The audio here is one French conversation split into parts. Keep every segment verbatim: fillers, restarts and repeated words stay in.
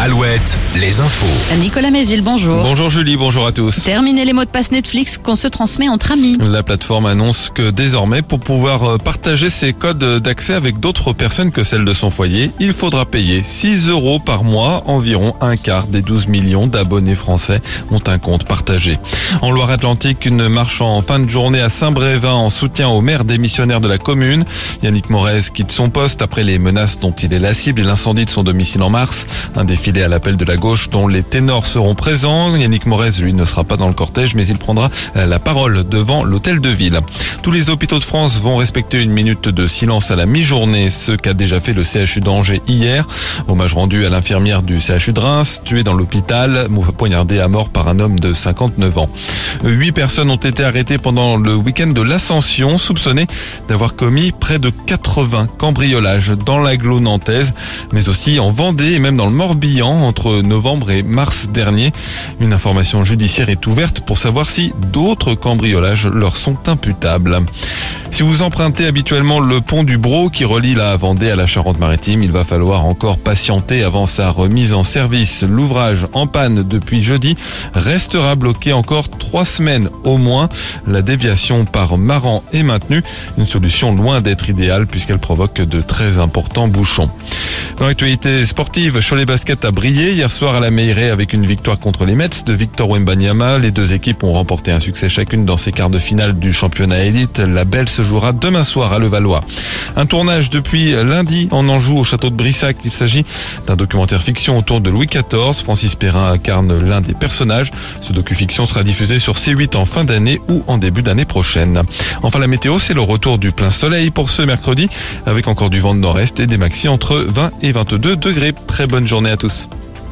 Alouette, les infos. Nicolas Mézil, bonjour. Bonjour Julie, bonjour à tous. Terminez les mots de passe Netflix qu'on se transmet entre amis. La plateforme annonce que désormais, pour pouvoir partager ses codes d'accès avec d'autres personnes que celles de son foyer, il faudra payer six euros par mois. Environ un quart des douze millions d'abonnés français ont un compte partagé. En Loire-Atlantique, une marche en fin de journée à Saint-Brévin en soutien au maire démissionnaire de la commune. Yannick Morez quitte son poste après les menaces dont il est la cible et l'incendie de son domicile en mars. Un défilé à l'appel de la gauche dont les ténors seront présents. Yannick Morez, lui, ne sera pas dans le cortège, mais il prendra la parole devant l'hôtel de ville. Tous les hôpitaux de France vont respecter une minute de silence à la mi-journée, ce qu'a déjà fait le C H U d'Angers hier. Hommage rendu à l'infirmière du C H U de Reims, tuée dans l'hôpital, poignardée à mort par un homme de cinquante-neuf ans. Huit personnes ont été arrêtées pendant le week-end de l'Ascension, soupçonnées d'avoir commis près de quatre-vingts cambriolages dans l'agglo nantaise, mais aussi en Vendée et même dans le Morbihan entre novembre et mars dernier. Une information judiciaire est ouverte pour savoir si d'autres cambriolages leur sont imputables. Si vous empruntez habituellement le pont du Brau qui relie la Vendée à la Charente-Maritime, il va falloir encore patienter avant sa remise en service. L'ouvrage en panne depuis jeudi restera bloqué encore trois semaines au moins. La déviation par Maran est maintenue, une solution loin d'être idéale puisqu'elle provoque de très importants bouchons. Dans l'actualité sportive, Cholet Basket a brillé hier soir à la Meilleray avec une victoire contre les Mets de Victor Wembanyama. Les deux équipes ont remporté un succès chacune dans ces quarts de finale du championnat élite. La belle se jouera demain soir à Levallois. Un tournage depuis lundi en Anjou au château de Brissac. Il s'agit d'un documentaire fiction autour de Louis quatorze. Francis Perrin incarne l'un des personnages. Ce docu-fiction sera diffusé sur C huit en fin d'année ou en début d'année prochaine. Enfin, la météo, c'est le retour du plein soleil pour ce mercredi avec encore du vent de nord-est et des maxi entre vingt et vingt-deux degrés. Très bonne journée à tous.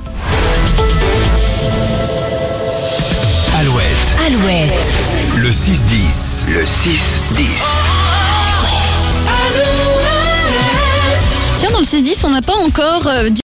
Alouette. Alouette. Le six dix. Le six dix. Tiens, dans le six dix, on n'a pas encore... Euh,